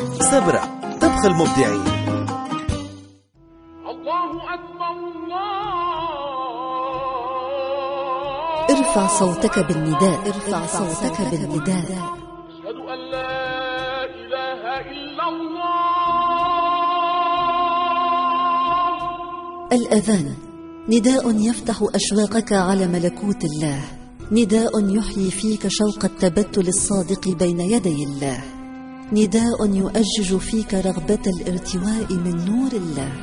سبرة، طبخ المبدعين. الله أكبر الله. ارفع صوتك بالنداء، ارفع صوتك بالنداء. أشهد أن لا إله إلا الله. الأذان نداء يفتح أشواقك على ملكوت الله، نداء يحيي فيك شوق التبتل الصادق بين يدي الله، نداء يؤجج فيك رغبة الارتواء من نور الله.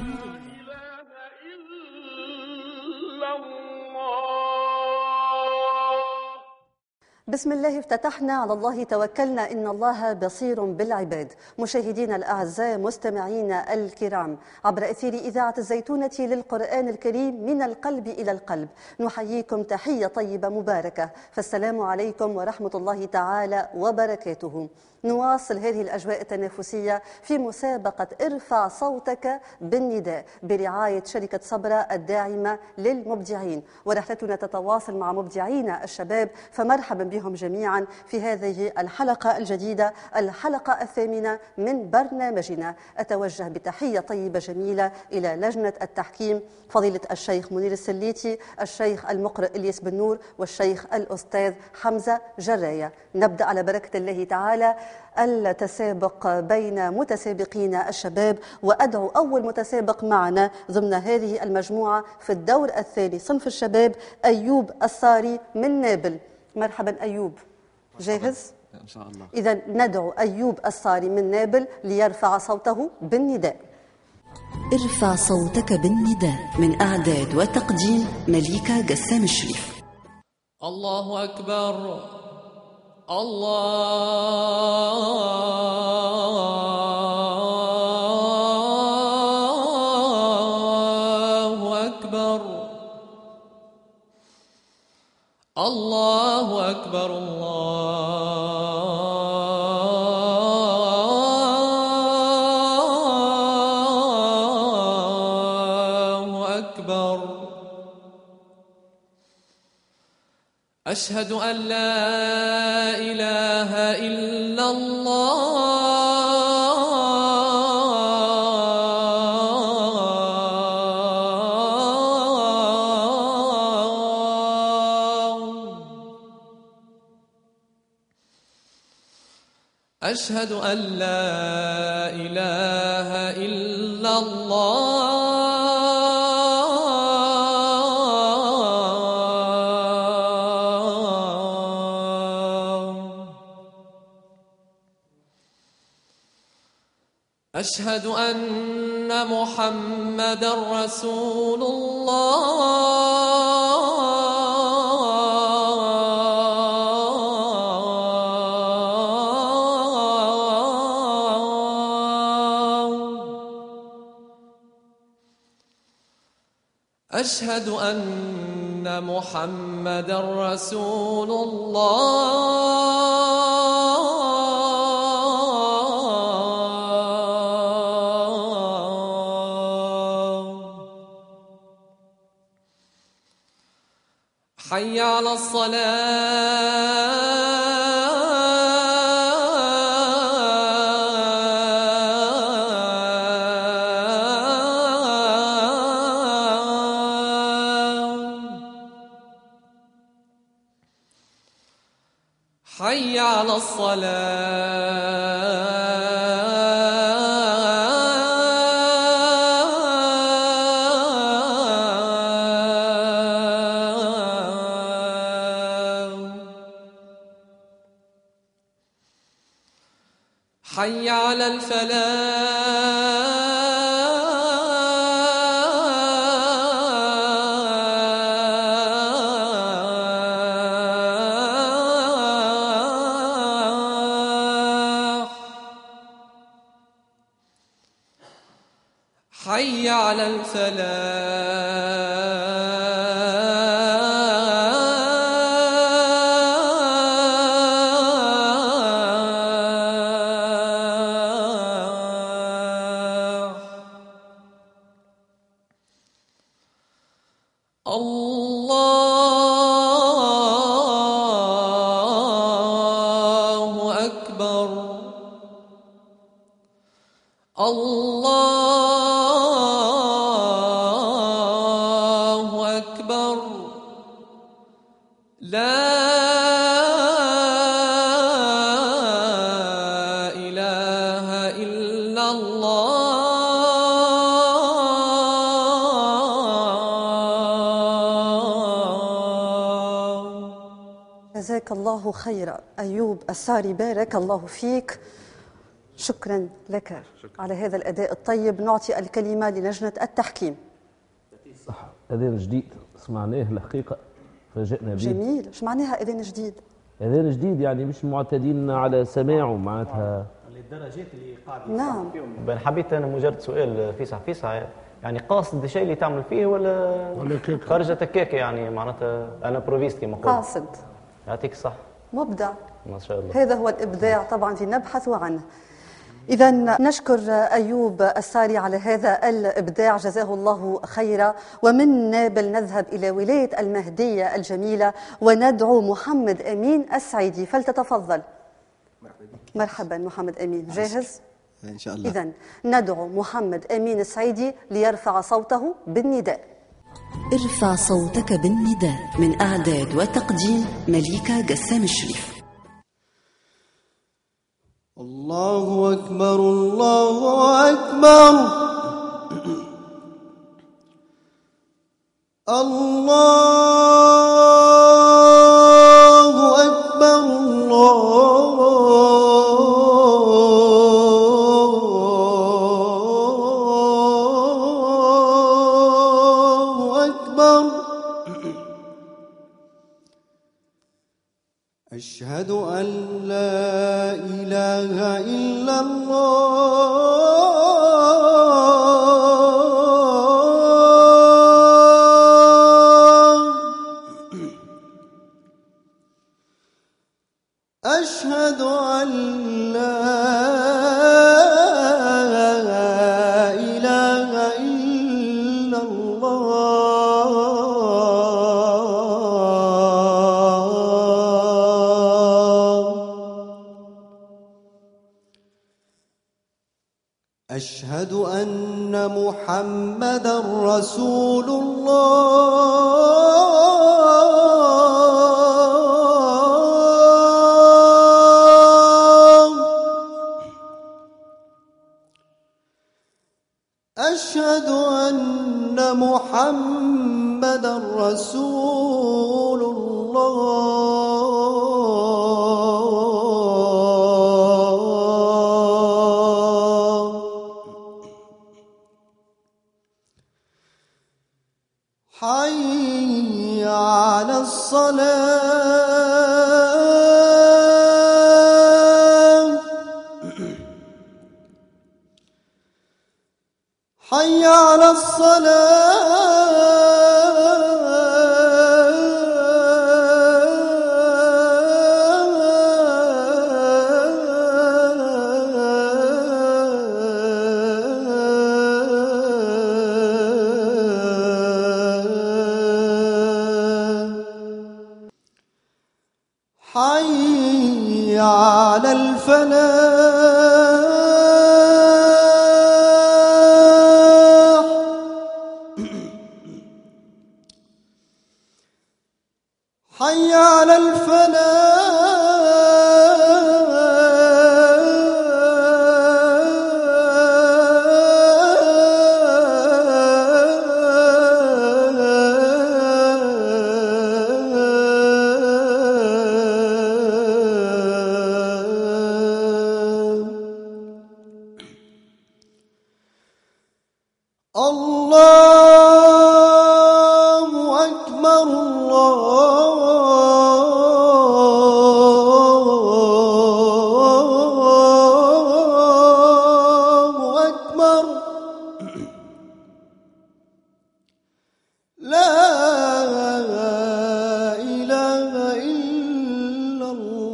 بسم الله افتتحنا، على الله توكلنا، إن الله بصير بالعباد. مشاهدينا الأعزاء، مستمعينا الكرام، عبر أثير إذاعة الزيتونة للقرآن الكريم من القلب إلى القلب، نحييكم تحية طيبة مباركة، فالسلام عليكم ورحمة الله تعالى وبركاته. نواصل هذه الأجواء التنافسية في مسابقة ارفع صوتك بالنداء برعاية شركة صبرة الداعمة للمبدعين، ورحلتنا تتواصل مع مبدعينا الشباب، فمرحبا بهم جميعا في هذه الحلقة الجديدة، الحلقة الثامنة من برنامجنا. أتوجه بتحية طيبة جميلة إلى لجنة التحكيم، فضيلة الشيخ منير السليتي، الشيخ المقرئ إلياس بن نور، والشيخ الأستاذ حمزة جراية. نبدأ على بركة الله تعالى التسابق بين متسابقين الشباب، وأدعو أول متسابق معنا ضمن هذه المجموعة في الدور الثاني صنف الشباب، أيوب الصاري من نابل. مرحبا أيوب، جاهز؟ إن شاء الله. إذا ندعو أيوب الصاري من نابل ليرفع صوته بالنداء. ارفع صوتك بالنداء، من إعداد وتقديم مليكة جسام الشريف. الله أكبر. الله أكبر. الله أكبر. الله أكبر. أشهد أن لا إله إلا الله. أشهد أن لا إله إلا الله. أشهد أن محمدًا رسول الله. أشهد أن محمدًا رسول الله. حي على الصلاة. حي على الصلاة. حي على الفلاح. حي على الفلاح. الله أكبر. الله أكبر. لا إله إلا الله. جزاك الله خيرا أيوب الساري، بارك الله فيك. شكرا لك على هذا الأداء الطيب. نعطي الكلمة للجنة التحكيم. صح، أذان جديد سمعناه الحقيقة فاجئنا به. جميل. ايش معناها أذان جديد؟ أذان جديد يعني مش معتادين على سماعه معناتها للدرجات اللي قاعد نعم. فيهم. حبيت انا مجرد سؤال فيسع يعني قاصد الشيء اللي تعمل فيه ولا خرجت هكاك يعني معناتها انا بروفيست كما قلت؟ قاصد. يعطيك الصح. مبدع. ما شاء الله. هذا هو الإبداع طبعا في نبحث عنه. إذا نشكر أيوب الساري على هذا الإبداع جزاه الله خيرا. ومن نابل نذهب إلى ولاية المهدية الجميلة وندعو محمد أمين السعيدي، فلتتفضل. مرحبا محمد أمين، جاهز؟ إن شاء الله. إذن ندعو محمد أمين السعيدي ليرفع صوته بالنداء. ارفع صوتك بالنداء، من إعداد وتقديم مليكة جسام الشريف. الله أكبر الله أكبر الله أكبر الله أكبر. أشهد أن لا إله إلا الله. أشهد أن لا إله إلا الله. أشهد أن محمدًا رسول الله. أشهد أن محمدًا رسول الله. حي على الصلاة. حي على الصلاة. حي على الفلاح. حي على الفلاح. الله أكبر الله أكبر. لا إله إلا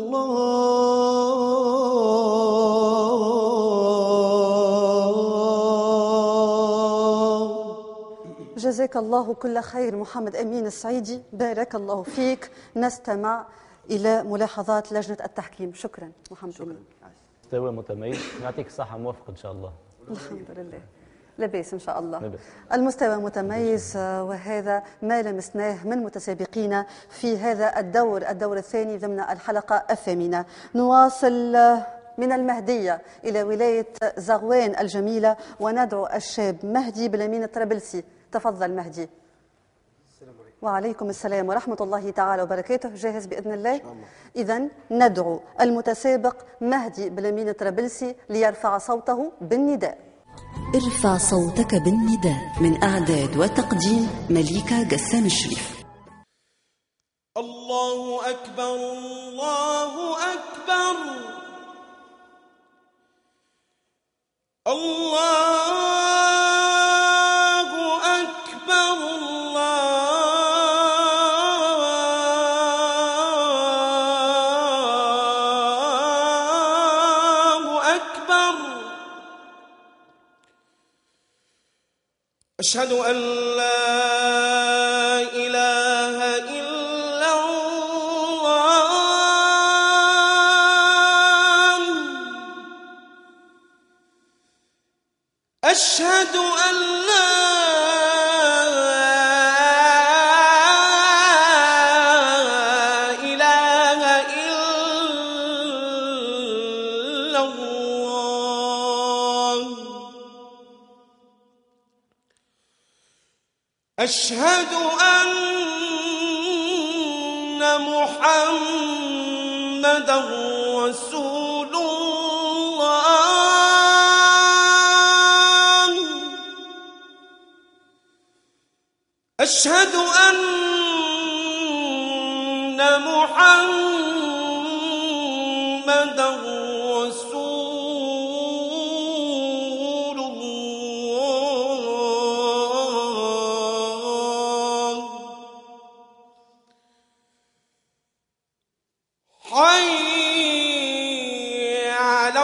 الله. جزاك الله كل خير محمد أمين السعيدي، بارك الله فيك. نستمع إلى ملاحظات لجنة التحكيم. شكرا محمد أمين. مستوى متميز. يعطيك الصحة، موفق إن شاء الله. الحمد لله لباس إن شاء الله. لباس. المستوى متميز، وهذا ما لمسناه من متسابقين في هذا الدور الثاني ضمن الحلقة الثامنة. نواصل من المهدية إلى ولاية زغوان الجميلة وندعو الشاب مهدي بلمين الطرابلسي. تفضل مهدي. وعليكم السلام ورحمة الله تعالى وبركاته. جاهز بإذن الله؟ إذن ندعو المتسابق مهدي بلمين الطرابلسي ليرفع صوته بالنداء. ارفع صوتك بالنداء من إعداد وتقديم مليكة قسام الشريف. الله أكبر الله أكبر الله أكبر الله أكبر. أشهد أن لا إله إلا الله أشهد أن لا إله إلا الله أشهد أن محمدًا رسول الله أشهد أن محمدًا رسول الله حي على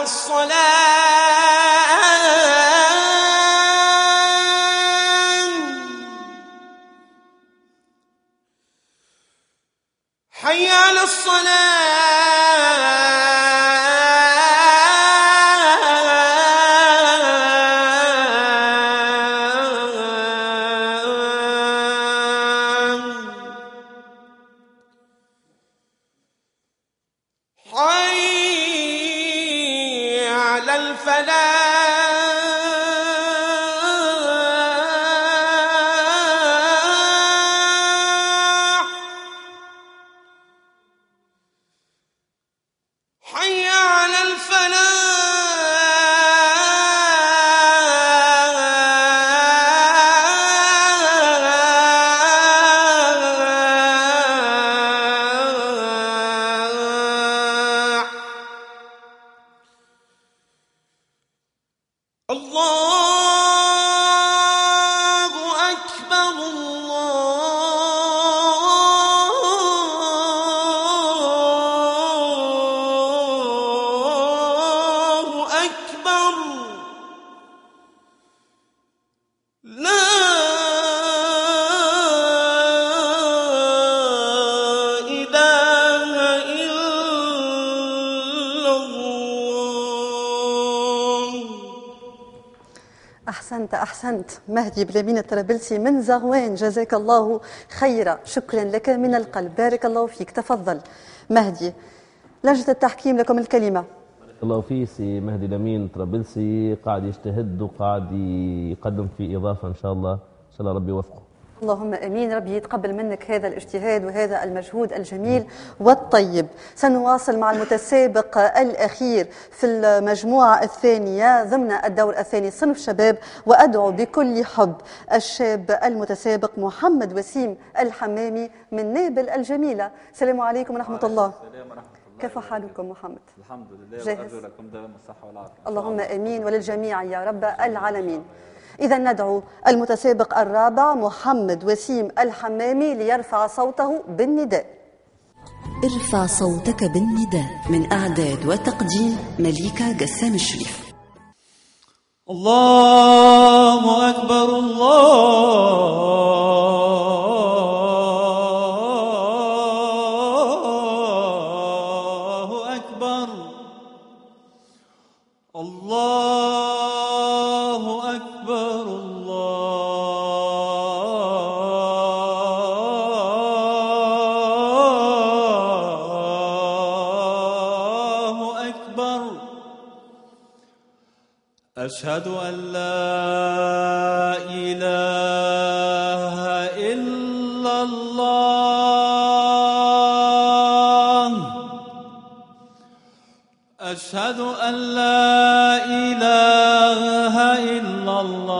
الصلاة حي على الصلاة حي على الفلاح حي على الفلاح الله أكبر الله أكبر لا إله إلا الله. أحسنت مهدي بلمين الطرابلسي من زغوان. جزاك الله خيرا، شكرا لك من القلب، بارك الله فيك. تفضل مهدي. لجنة التحكيم لكم الكلمة. بارك الله فيه. سي مهدي لمين طرابلسي قاعد يجتهد وقاعد يقدم في إضافة إن شاء الله ربي يوفقه. اللهم امين، ربي يتقبل منك هذا الاجتهاد وهذا المجهود الجميل والطيب. سنواصل مع المتسابق الاخير في المجموعه الثانيه ضمن الدور الثاني صنف شباب، وادعو بكل حب الشاب المتسابق محمد وسيم الحمامي من نابل الجميله. السلام عليكم ورحمه الله. السلام ورحمه الله. كيف حالكم محمد؟ الحمد لله، جاهز؟ وأرجو لكم دوام الصحه والعافيه. اللهم امين وللجميع يا رب العالمين. إذا ندعو المتسابق الرابع محمد وسيم الحمامي ليرفع صوته بالنداء. ارفع صوتك بالنداء من إعداد وتقديم مليكة قسام الشريف. الله أكبر الله أكبر الله أشهد أن لا إله إلا الله أشهد أن لا إله إلا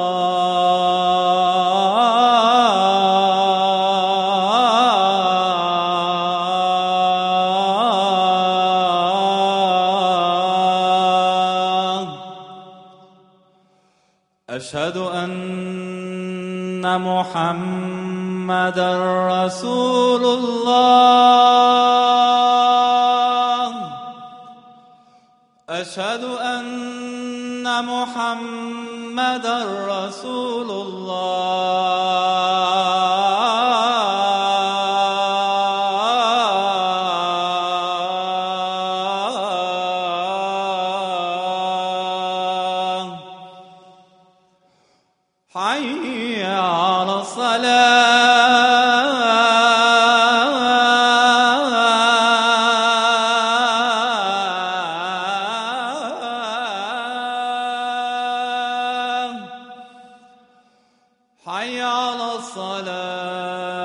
الله أشهد أن محمدًا رسول الله أشهد أن محمدًا رسول الله حي على الصلاة حي على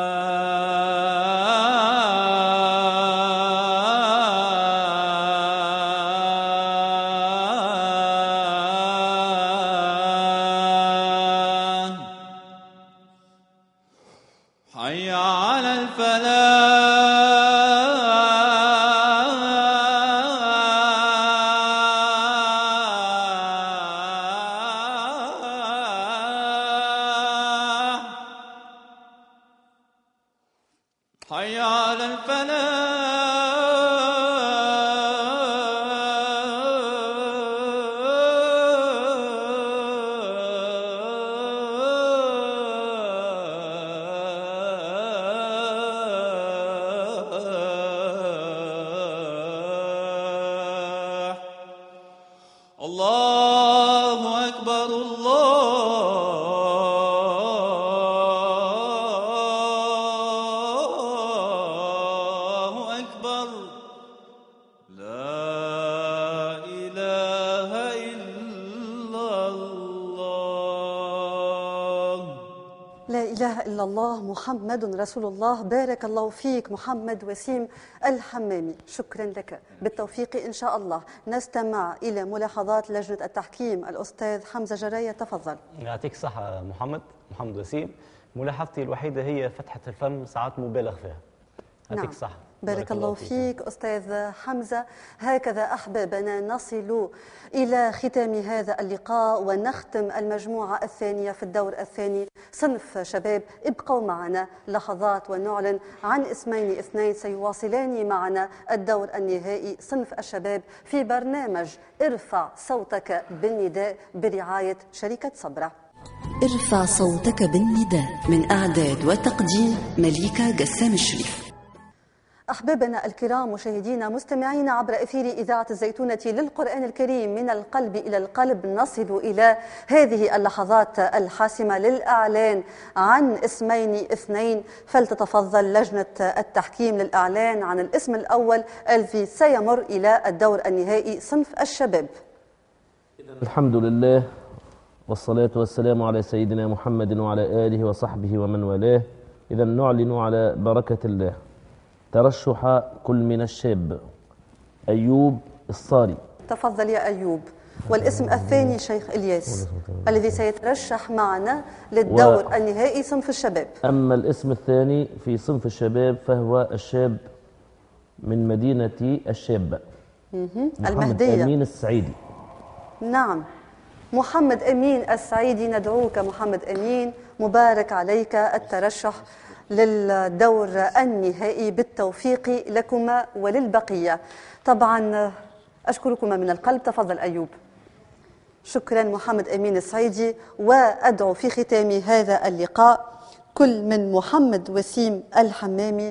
الصلاة حي على الفلاح حي على الفلاح الله أكبر الله أكبر لا إله إلا الله لا إله إلا الله محمد رسول الله. بارك الله فيك محمد وسيم الحمامي، شكرا لك، بالتوفيق إن شاء الله. نستمع إلى ملاحظات لجنة التحكيم. الأستاذ حمزة جراية تفضل. يعطيك الصحة محمد وسيم. ملاحظتي الوحيدة هي فتحة الفم ساعات مبالغ فيها. يعطيك الصحة. بارك الله فيك أستاذ حمزة. هكذا أحبابنا نصل إلى ختام هذا اللقاء ونختم المجموعة الثانية في الدور الثاني صنف شباب. ابقوا معنا لحظات ونعلن عن اسمين اثنين سيواصلان معنا الدور النهائي صنف الشباب في برنامج ارفع صوتك بالنداء برعاية شركة صبرة. ارفع صوتك بالنداء من إعداد وتقديم مليكة قسام الشريف. أحبابنا الكرام مشاهدينا مستمعين عبر أثير إذاعة الزيتونة للقرآن الكريم من القلب إلى القلب، نصل إلى هذه اللحظات الحاسمة للإعلان عن اسمين اثنين. فلتتفضل لجنة التحكيم للإعلان عن الاسم الأول الذي سيمر إلى الدور النهائي صنف الشباب. الحمد لله والصلاة والسلام على سيدنا محمد وعلى آله وصحبه ومن والاه. إذا نعلن على بركة الله ترشح كل من الشاب أيوب الصاري. تفضل يا أيوب. والاسم الثاني شيخ إلياس الذي سيترشح معنا للدور النهائي صنف الشباب. أما الاسم الثاني في صنف الشباب فهو الشاب من مدينة الشاب المهدية أمين السعيدي. نعم محمد أمين السعيدي، ندعوك محمد أمين، مبارك عليك الترشح للدور النهائي، بالتوفيق لكما وللبقية. طبعا أشكركما من القلب. تفضل أيوب. شكرا محمد أمين السعيدي. وأدعو في ختام هذا اللقاء كل من محمد وسيم الحمامي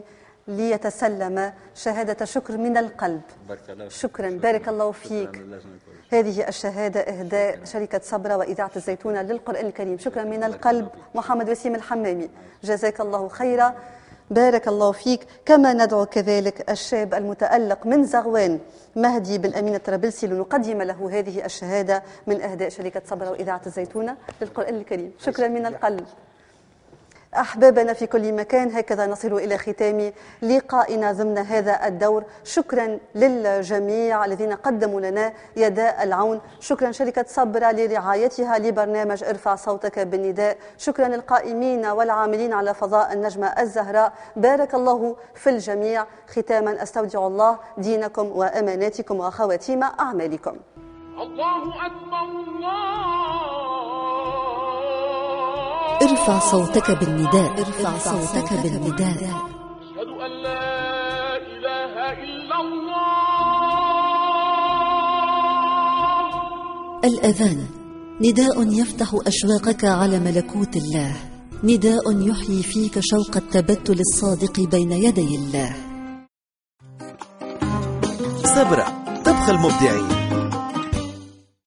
ليتسلم شهادة شكر من القلب. شكرا، بارك الله فيك. هذه الشهادة إهداء شركة صبرة وإذاعة الزيتونة للقرآن الكريم. شكرا من القلب محمد وسيم الحمامي، جزاك الله خيرا. بارك الله فيك. كما ندعو كذلك الشاب المتألق من زغوان مهدي بالأمين الطرابلسي لنقدم له هذه الشهادة من أهداء شركة صبرا وإذاعة الزيتونة للقرآن الكريم. شكرا من القلب. أحبابنا في كل مكان، هكذا نصل إلى ختام لقائنا ضمن هذا الدور. شكرا للجميع الذين قدموا لنا يداء العون. شكرا شركة صبرا لرعايتها لبرنامج ارفع صوتك بالنداء. شكرا للقائمين والعاملين على فضاء النجمة الزهراء. بارك الله في الجميع. ختاما أستودع الله دينكم وأماناتكم وخواتيم أعمالكم. الله أكبر الله. ارفع صوتك بالنداء. ارفع صوتك بالنداء. أشهد أن لا إله إلا الله. الأذان نداء يفتح أشواقك على ملكوت الله، نداء يحيي فيك شوق التبتل الصادق بين يدي الله. صبرا، طبخ المبدعين.